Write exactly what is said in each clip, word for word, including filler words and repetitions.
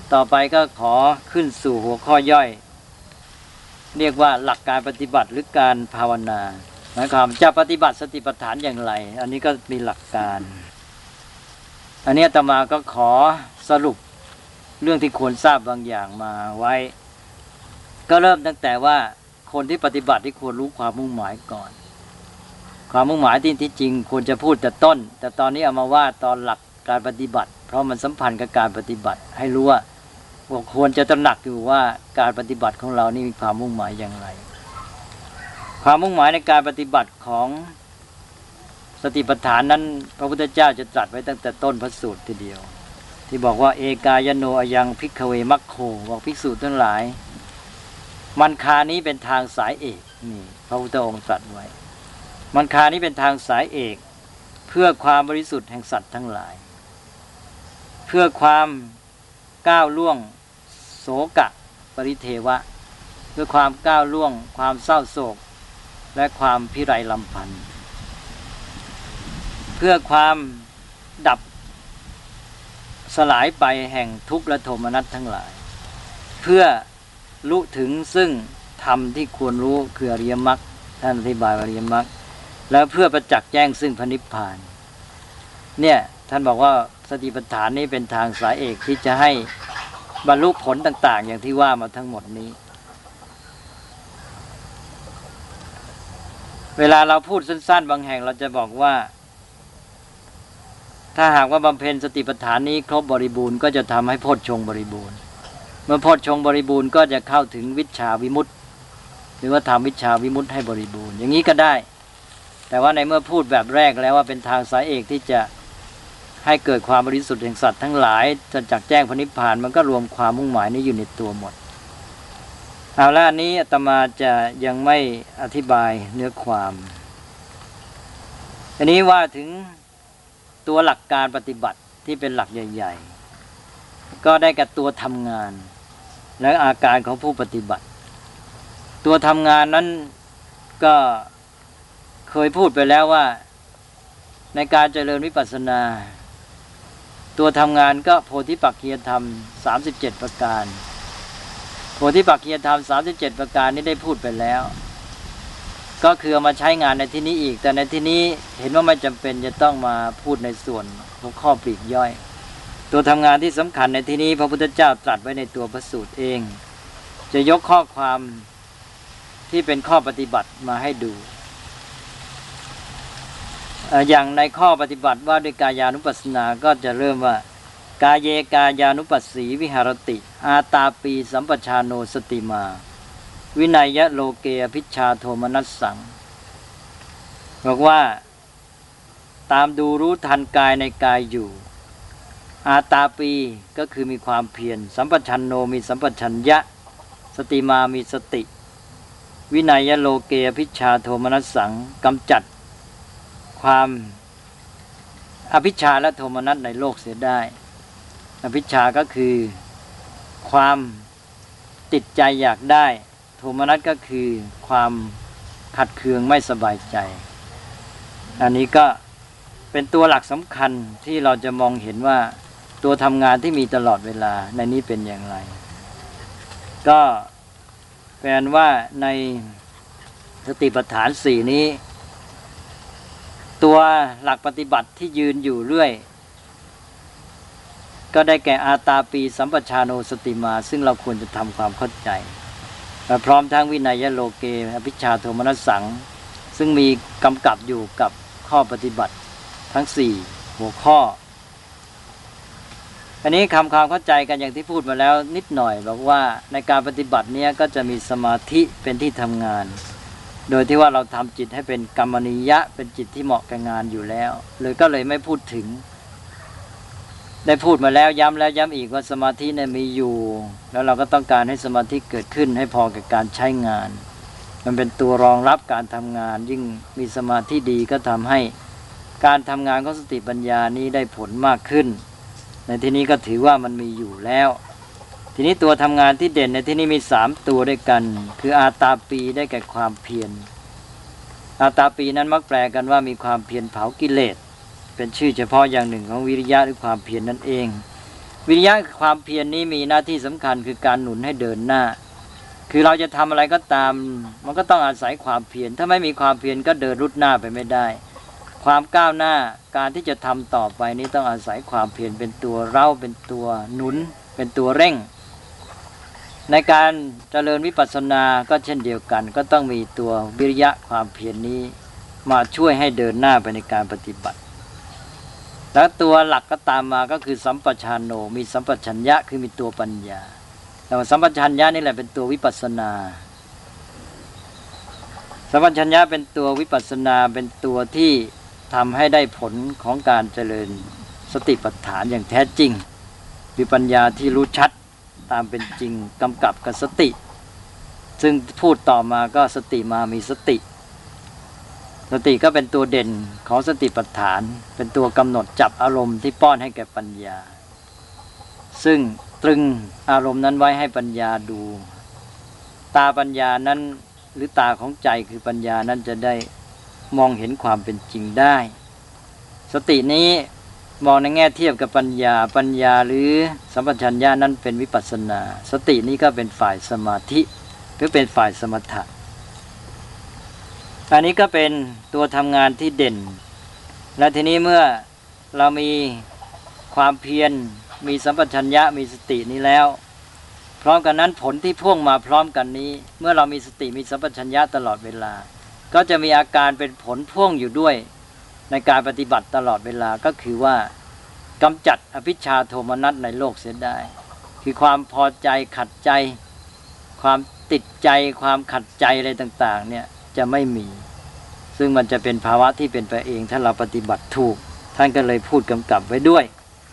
ต่อไปก็ขอขึ้นสู่หัวข้อย่อยเรียกว่าหลักการปฏิบัติหรือการภาวนาหมายความจะปฏิบัติสติปัฏฐานอย่างไรอันนี้ก็มีหลักการอันนี้อาตมาก็ขอสรุปเรื่องที่ควรทราบบางอย่างมาไว้ก็เริ่มตั้งแต่ว่าคนที่ปฏิบัติที่ควรรู้ความมุ่งหมายก่อนความมุ่งหมายที่ที่จริงควรจะพูดแต่ต้นแต่ตอนนี้เอามาว่าตอนหลักการปฏิบัติเพราะมันสัมพันธ์กับการปฏิบัติให้รู้ว่าควรจะตระหนักอยู่ว่าการปฏิบัติของเรานี่มีความมุ่งหมายอย่างไรความมุ่งหมายในการปฏิบัติของสติปัฏฐานนั้นพระพุทธเจ้าจะตรัสไว้ตั้งแต่ต้นพระสูตรทีเดียวที่บอกว่าเอกายโนอยังภิกขเวมัคโคบอกภิกษุทั้งหลายมันคานี้เป็นทางสายเอกนี่พระพุทธองค์ตรัสไว้มันคานี้เป็นทางสายเอกเพื่อความบริสุทธิ์แห่งสัตว์ทั้งหลายเพื่อความก้าวล่วงโศกะปริเทวะเพื่อความก้าวล่วงความเศร้าโศกและความพิไรลำพันธ์เพื่อความดับสลายไปแห่งทุกข์และโทมนัสทั้งหลายเพื่อรู้ถึงซึ่งธรรมที่ควรรู้คืออริยมรรคท่านอธิบายอริยมรรคแล้วเพื่อประจักษ์แจ้งซึ่งพระนิพพานเนี่ยท่านบอกว่าสติปัฏฐานนี้เป็นทางสายเอกที่จะให้บรรลุผลต่างๆอย่างที่ว่ามาทั้งหมดนี้เวลาเราพูดสั้นๆบางแห่งเราจะบอกว่าถ้าหากว่าบำเพ็ญสติปัฏฐานนี้ครบบริบูรณ์ก็จะทำให้โพชฌงค์บริบูรณ์เมื่อโพชฌงค์บริบูรณ์ก็จะเข้าถึงวิชชาวิมุตติหรือว่าทำวิชชาวิมุตติให้บริบูรณ์อย่างนี้ก็ได้แต่ว่าในเมื่อพูดแบบแรกแล้วว่าเป็นทางสายเอกที่จะให้เกิดความบริสุทธิ์แห่งสัตว์ทั้งหลายจนจักแจ้งพระนิพพานมันก็รวมความมุ่งหมายนี้อยู่ในตัวหมดเอาละอันนี้อาตมาจะยังไม่อธิบายเนื้อความอันนี้ว่าถึงตัวหลักการปฏิบัติที่เป็นหลักใหญ่ๆก็ได้กับตัวทำงานและอาการของผู้ปฏิบัติตัวทำงานนั้นก็เคยพูดไปแล้วว่าในการเจริญวิปัสสนาตัวทำงานก็โพธิปักขิยธรรมสามสิบเจ็ดประการโพธิปักขิยธรรมสามสิบเจ็ดประการนี้ได้พูดไปแล้วก็คือเอามาใช้งานในที่นี้อีกแต่ในที่นี้เห็นว่าไม่จำเป็นจะต้องมาพูดในส่วนของข้อปลีกย่อยตัวทำงานที่สำคัญในที่นี้พระพุทธเจ้าตรัสไว้ในตัวพระสูตรเองจะยกข้อความที่เป็นข้อปฏิบัติมาให้ดูอย่างในข้อปฏิบัติว่าด้วยกายานุปัสสนาก็จะเริ่มว่ากายเยกายานุปัสสีวิหารติอาตาปีสัมปชาโนสติมาวินัยโลเกอภิชฌาโทมนัสสังบอกว่าตามดูรู้ทันกายในกายอยู่อาตาปีก็คือมีความเพียรสัมปชัญโนมีสัมปชัญญะสติมามีสติวินัยโลเกอภิชฌาโทมนัสสังกำจัดความอภิชฌาและโทมนัสในโลกเสียได้อภิชฌาก็คือความติดใจอยากได้โทมนัสก็คือความขัดเคืองไม่สบายใจอันนี้ก็เป็นตัวหลักสำคัญที่เราจะมองเห็นว่าตัวทำงานที่มีตลอดเวลาในนี้เป็นอย่างไรก็แปลว่าในสติปัฏฐานสี่นี้ตัวหลักปฏิบัติที่ยืนอยู่เรื่อยก็ได้แก่อาตาปีสัมปชาโนสติมาซึ่งเราควรจะทำความเข้าใจและพร้อมทั้งวินัยโลเกอภิชฌาโทมนัสสังซึ่งมีกำกับอยู่กับข้อปฏิบัติทั้งสี่หัวข้ออันนี้คำความเข้าใจกันอย่างที่พูดมาแล้วนิดหน่อยบอกว่าในการปฏิบัตินี้ก็จะมีสมาธิเป็นที่ทำงานโดยที่ว่าเราทำจิตให้เป็นกัมมณียะเป็นจิตที่เหมาะกับงานอยู่แล้วเลยก็เลยไม่พูดถึงได้พูดมาแล้วย้ำแล้วย้ำอีกว่าสมาธิเนี่ยมีอยู่แล้วเราก็ต้องการให้สมาธิเกิดขึ้นให้พอกับการใช้งานมันเป็นตัวรองรับการทำงานยิ่งมีสมาธิดีก็ทำให้การทำงานของสติปัญญานี้ได้ผลมากขึ้นในที่นี้ก็ถือว่ามันมีอยู่แล้วทีนี้ตัวทำงานที่เด่นในที่นี้มีสามตัวด้วยกันคืออาตาปีได้แก่ความเพียรอาตาปีนั้นมักแปลกันว่ามีความเพียรเผากิเลสเป็นชื่อเฉพาะอย่างหนึ่งของวิริยะหรือความเพียรนั่นเองวิริยะความเพียร นี้มีหน้าที่สำคัญคือการหนุนให้เดินหน้าคือเราจะทำอะไรก็ตามมันก็ต้องอาศัยความเพียรถ้าไม่มีความเพียรก็เดินรุดหน้าไปไม่ได้ความก้าวหน้าการที่จะทำต่อไปนี้ต้องอาศัยความเพียรเป็นตัวเร่าเป็นตัวหนุนเป็นตัวเร่งในการเจริญวิปัสสนาก็เช่นเดียวกันก็ต้องมีตัววิริยะความเพียร นี้มาช่วยให้เดินหน้าไปในการปฏิบัติแล้วตัวหลักก็ตามมาก็คือสัมปชัญโนมีสัมปชัญญะคือมีตัวปัญญาแต่ว่าสัมปชัญญะนี่แหละเป็นตัววิปัสสนาสัมปชัญญะเป็นตัววิปัสสนาเป็นตัวที่ทำให้ได้ผลของการเจริญสติปัฏฐานอย่างแท้จริงคือปัญญาที่รู้ชัดตามเป็นจริงกำกับกับสติซึ่งพูดต่อมาก็สติมามีสติสติก็เป็นตัวเด่นของสติปัฏฐานเป็นตัวกำหนดจับอารมณ์ที่ป้อนให้แก่ปัญญาซึ่งตรึงอารมณ์นั้นไว้ให้ปัญญาดูตาปัญญานั้นหรือตาของใจคือปัญญานั้นจะได้มองเห็นความเป็นจริงได้สตินี้มองในแง่เทียบกับปัญญาปัญญาหรือสัมปชัญญะนั้นเป็นวิปัสสนาสตินี้ก็เป็นฝ่ายสมาธิหรือเป็นฝ่ายสมถะอันนี้ก็เป็นตัวทำงานที่เด่นและทีนี้เมื่อเรามีความเพียรมีสัมปชัญญะมีสตินี้แล้วพร้อมกันนั้นผลที่พ่วงมาพร้อมกันนี้เมื่อเรามีสติมีสัมปชัญญะตลอดเวลาก็จะมีอาการเป็นผลพ่วงอยู่ด้วยในการปฏิบัติตลอดเวลาก็คือว่ากำจัดอภิชฌาโทมนัสในโลกเสียได้คือความพอใจขัดใจความติดใจความขัดใจอะไรต่างๆเนี่ยจะไม่มีซึ่งมันจะเป็นภาวะที่เป็นไปเองถ้าเราปฏิบัติถูกท่านก็เลยพูดกำกับไว้ด้วย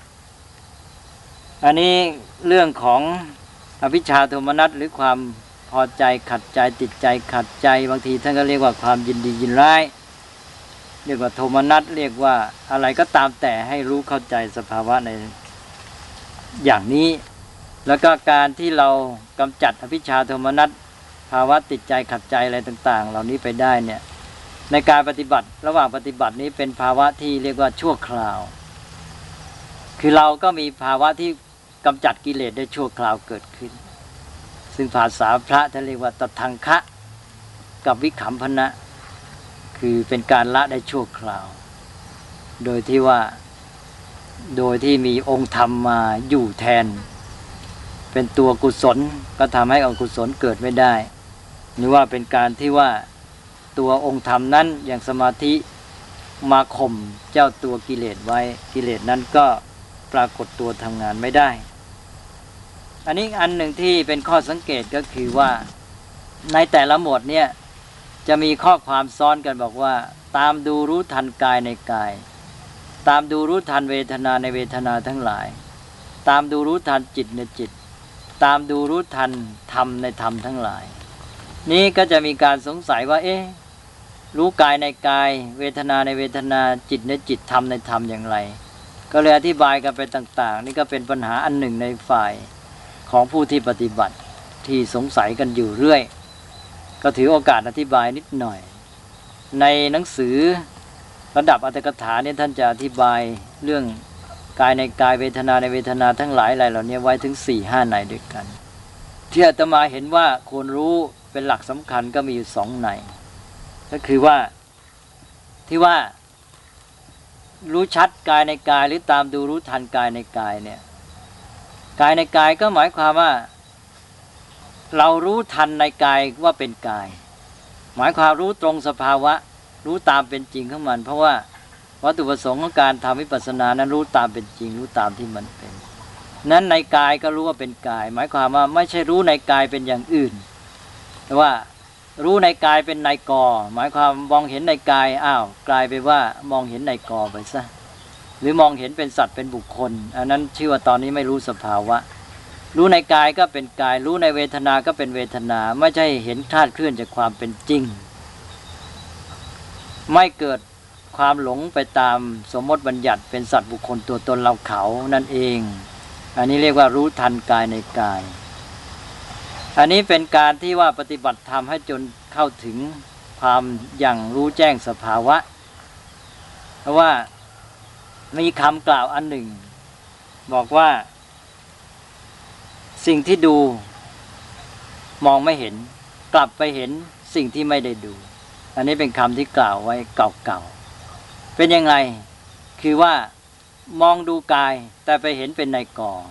อันนี้เรื่องของอภิชฌาโทมนัสหรือความพอใจขัดใจติดใจขัดใจบางทีท่านก็เรียกว่าความยินดียินร้ายเรียกว่าโทมนัสเรียกว่าอะไรก็ตามแต่ให้รู้เข้าใจสภาวะในอย่างนี้แล้วก็การที่เรากำจัดอภิชฌาโทมนัสภาวะติดใจขัดใจอะไรต่างๆเหล่านี้ไปได้เนี่ยในการปฏิบัติระหว่างปฏิบัตินี้เป็นภาวะที่เรียกว่าชั่วคราวคือเราก็มีภาวะที่กำจัดกิเลสได้ชั่วคราวเกิดขึ้นซึ่งภาษาพระท่านเรียกว่าตทังคะกับวิคัมภนะคือเป็นการละได้ชั่วคราวโดยที่ว่าโดยที่มีองค์ธรรมมาอยู่แทนเป็นตัวกุศลก็ทำให้อกุศลเกิดไม่ได้หรือว่าเป็นการที่ว่าตัวองค์ธรรมนั้นอย่างสมาธิมาข่มเจ้าตัวกิเลสไว้กิเลสนั้นก็ปรากฏตัวทำงานไม่ได้อันนี้อันหนึ่งที่เป็นข้อสังเกตก็คือว่าในแต่ละหมวดเนี่ยจะมีข้อความซ้อนกันบอกว่าตามดูรู้ทันกายในกายตามดูรู้ทันเวทนาในเวทนาทั้งหลายตามดูรู้ทันจิตในจิตตามดูรู้ทันธรรมในธรรมทั้งหลายนี้ก็จะมีการสงสัยว่าเอ๊ะรู้กายในกายเวทนาในเวทนาจิตในจิตธรรมในธรรมอย่างไรก็เลยอธิบายกันไปต่างๆนี่ก็เป็นปัญหาอันหนึ่งในฝ่ายของผู้ที่ปฏิบัติที่สงสัยกันอยู่เรื่อยก็ถือโอกาสอธิบายนิดหน่อยในหนังสือระดับอรรถกถาเนี่ยท่านจะอธิบายเรื่องกายในกายเวทนาในเวทนาทั้งหลายอะไรเหล่านี้ไว้ถึง สี่ห้า ในด้วยกันที่อาตมาเห็นว่าควรรู้เป็นหลักสำคัญก็มีอยู่สองในก็คือว่าที่ว่ารู้ชัดกายในกายหรือตามดูรู้ทันกายในกายเนี่ยกายในกายก็หมายความว่าเรารู้ทันในกายว่าเป็นกายหมายความรู้ตรงสภาวะรู้ตามเป็นจริงของมันเพราะว่าวัตถุประสงค์ของการทำวิปัสสนานั้นรู้ตามเป็นจริงรู้ตามที่มันเป็นนั้นในกายก็รู้ว่าเป็นกายหมายความว่าไม่ใช่รู้ในกายเป็นอย่างอื่นแต่ว่ารู้ในกายเป็นในกอหมายความมองเห็นในกายอ้าวกลายไปว่ามองเห็นในกอไปซะหรือมองเห็นเป็นสัตว์เป็นบุคคลอันนั้นชื่อว่าตอนนี้ไม่รู้สภาวะรู้ในกายก็เป็นกายรู้ในเวทนาก็เป็นเวทนาไม่ใช่เห็นคลาดเคลื่อนจากความเป็นจริงไม่เกิดความหลงไปตามสมมติบัญญัติเป็นสัตว์บุคคลตัวตนเราเขานั่นเองอันนี้เรียกว่ารู้ทันกายในกายอันนี้เป็นการที่ว่าปฏิบัติธรรมให้จนเข้าถึงความอย่างรู้แจ้งสภาวะเพราะว่ามีคำกล่าวอันหนึ่งบอกว่าสิ่งที่ดูมองไม่เห็นกลับไปเห็นสิ่งที่ไม่ได้ดูอันนี้เป็นคำที่กล่าวไว้เก่าๆเป็นยังไงคือว่ามองดูกายแต่ไปเห็นเป็นในกอ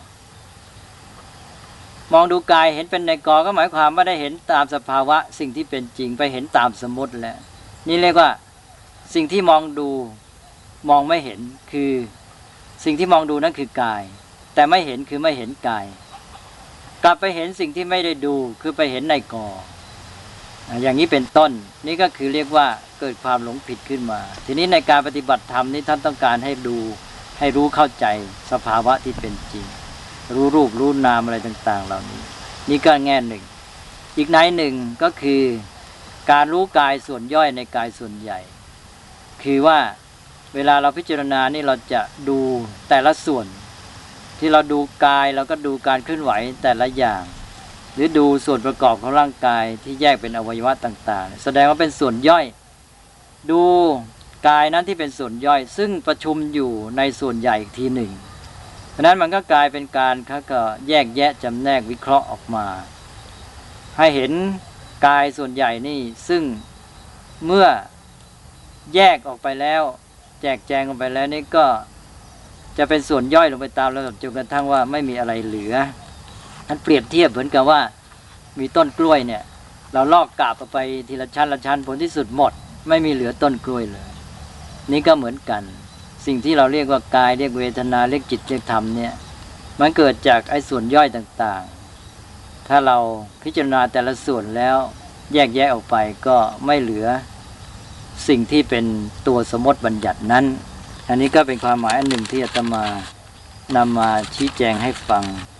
มองดูกายเห็นเป็นในกอก็หมายความว่าได้เห็นตามสภาวะสิ่งที่เป็นจริงไปเห็นตามสมมติแล้วนี่เรียกว่าสิ่งที่มองดูมองไม่เห็นคือสิ่งที่มองดูนั่นคือกายแต่ไม่เห็นคือไม่เห็นกายกลับไปเห็นสิ่งที่ไม่ได้ดูคือไปเห็นในกออย่างนี้เป็นต้นนี่ก็คือเรียกว่าเกิดความหลงผิดขึ้นมาทีนี้ในการปฏิบัติธรรมนี้ท่านต้องการให้ดูให้รู้เข้าใจสภาวะที่เป็นจริงรู้รูปรู้นามอะไรต่างๆเหล่านี้นี่ก็แง่หนึ่งอีกในหนึ่งก็คือการรู้กายส่วนย่อยในกายส่วนใหญ่คือว่าเวลาเราพิจารณานี่เราจะดูแต่ละส่วนที่เราดูกายเราก็ดูการเคลื่อนไหวแต่ละอย่างหรือดูส่วนประกอบของร่างกายที่แยกเป็นอวัยวะต่างๆแสดงว่าเป็นส่วนย่อยดูกายนั้นที่เป็นส่วนย่อยซึ่งประชุมอยู่ในส่วนใหญ่อีกทีหนึ่งเพราะนั้นมันก็กลายเป็นการเขาก็แยกแยะจำแนกวิเคราะห์ออกมาให้เห็นกายส่วนใหญ่นี่ซึ่งเมื่อแยกออกไปแล้วแจกแจงออกไปแล้วนี่ก็จะเป็นส่วนย่อยลงไปตามระดับจนกระทั่งว่าไม่มีอะไรเหลือท่านเปรียบเทียบเหมือนกับว่ามีต้นกล้วยเนี่ยเราลอกกาบออกไปทีละชั้นละชั้นผลที่สุดหมดไม่มีเหลือต้นกล้วยเลยนี่ก็เหมือนกันสิ่งที่เราเรียกว่ากายเรียกเวทนาเรียกจิตเรียกธรรมเนี่ยมันเกิดจากไอ้ส่วนย่อยต่างๆถ้าเราพิจารณาแต่ละส่วนแล้วแยกแยะออกไปก็ไม่เหลือสิ่งที่เป็นตัวสมมติบัญญัตินั้นอันนี้ก็เป็นความหมายอันหนึ่งที่อาตมานำมาชี้แจงให้ฟัง